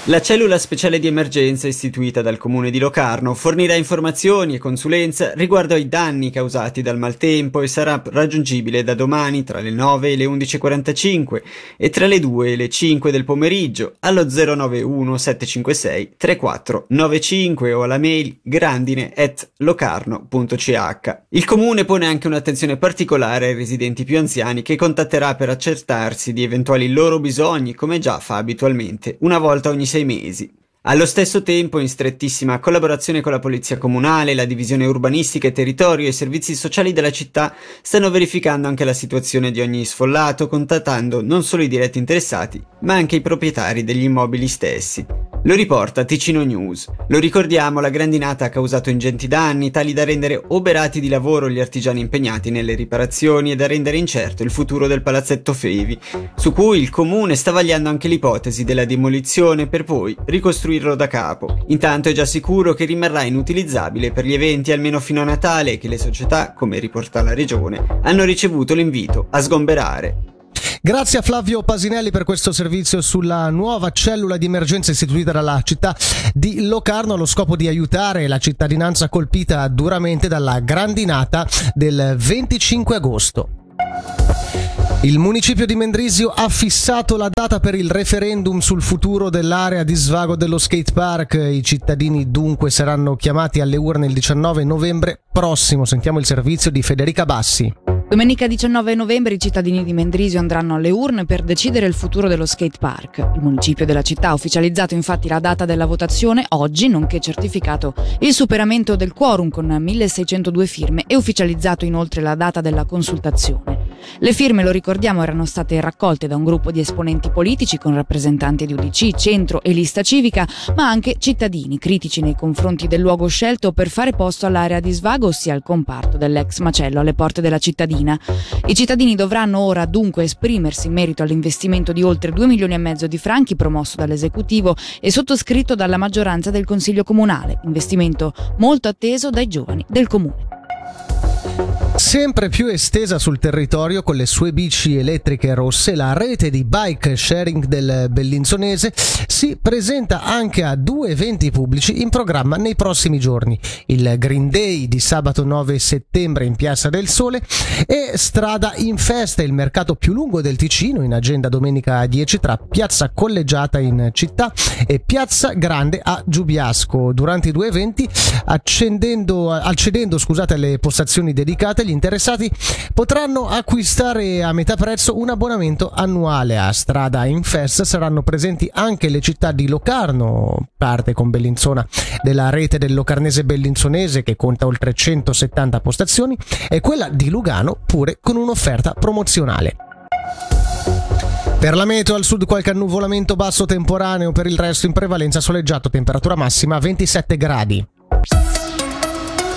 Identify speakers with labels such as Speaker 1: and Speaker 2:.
Speaker 1: La cellula speciale di emergenza istituita dal comune di Locarno fornirà informazioni e consulenza riguardo ai danni causati dal maltempo e sarà raggiungibile da domani tra le 9 e le 11.45 e tra le 2 e le 5 del pomeriggio allo 091 756 3495 o alla mail grandine@locarno.ch. Il comune pone anche un'attenzione particolare ai residenti più anziani che contatterà per accertarsi di eventuali loro bisogni, come già fa abitualmente, una volta ogni 6 mesi. Allo stesso tempo, in strettissima collaborazione con la Polizia Comunale, la Divisione Urbanistica e Territorio e i servizi sociali della città stanno verificando anche la situazione di ogni sfollato, contattando non solo i diretti interessati, ma anche i proprietari degli immobili stessi. Lo riporta Ticino News. Lo ricordiamo, la grandinata ha causato ingenti danni, tali da rendere oberati di lavoro gli artigiani impegnati nelle riparazioni e da rendere incerto il futuro del palazzetto Fevi, su cui il comune sta vagliando anche l'ipotesi della demolizione per poi ricostruirlo da capo. Intanto è già sicuro che rimarrà inutilizzabile per gli eventi almeno fino a Natale e che le società, come riporta la regione, hanno ricevuto l'invito a sgomberare.
Speaker 2: Grazie a Flavio Pasinelli per questo servizio sulla nuova cellula di emergenza istituita dalla città di Locarno allo scopo di aiutare la cittadinanza colpita duramente dalla grandinata del 25 agosto. Il municipio di Mendrisio ha fissato la data per il referendum sul futuro dell'area di svago dello skate park. I cittadini dunque saranno chiamati alle urne il 19 novembre prossimo. Sentiamo il servizio di Federica Bassi.
Speaker 3: Domenica 19 novembre i cittadini di Mendrisio andranno alle urne per decidere il futuro dello skate park. Il municipio della città ha ufficializzato infatti la data della votazione oggi, nonché certificato il superamento del quorum con 1602 firme e ufficializzato inoltre la data della consultazione. Le firme, lo ricordiamo, erano state raccolte da un gruppo di esponenti politici con rappresentanti di UDC, Centro e Lista Civica, ma anche cittadini critici nei confronti del luogo scelto per fare posto all'area di svago, ossia al comparto dell'ex macello alle porte della cittadina. I cittadini dovranno ora dunque esprimersi in merito all'investimento di oltre 2 milioni e mezzo di franchi promosso dall'esecutivo e sottoscritto dalla maggioranza del Consiglio Comunale, investimento molto atteso dai giovani del comune.
Speaker 2: Sempre più estesa sul territorio con le sue bici elettriche rosse, la rete di bike sharing del Bellinzonese si presenta anche a 2 eventi pubblici in programma nei prossimi giorni: il Green Day di sabato 9 settembre in Piazza del Sole e Strada in Festa, il mercato più lungo del Ticino, in agenda domenica 10 tra Piazza Collegiata in città e Piazza Grande a Giubiasco. Durante i 2 eventi, accedendo alle postazioni dedicate, gli interessati potranno acquistare a metà prezzo un abbonamento annuale. A Strada in Festa saranno presenti anche le città di Locarno, parte con Bellinzona della rete del Locarnese Bellinzonese che conta oltre 170 postazioni, e quella di Lugano pure con un'offerta promozionale. Per la meteo, al sud qualche annuvolamento basso temporaneo, per il resto in prevalenza soleggiato, temperatura massima 27 gradi.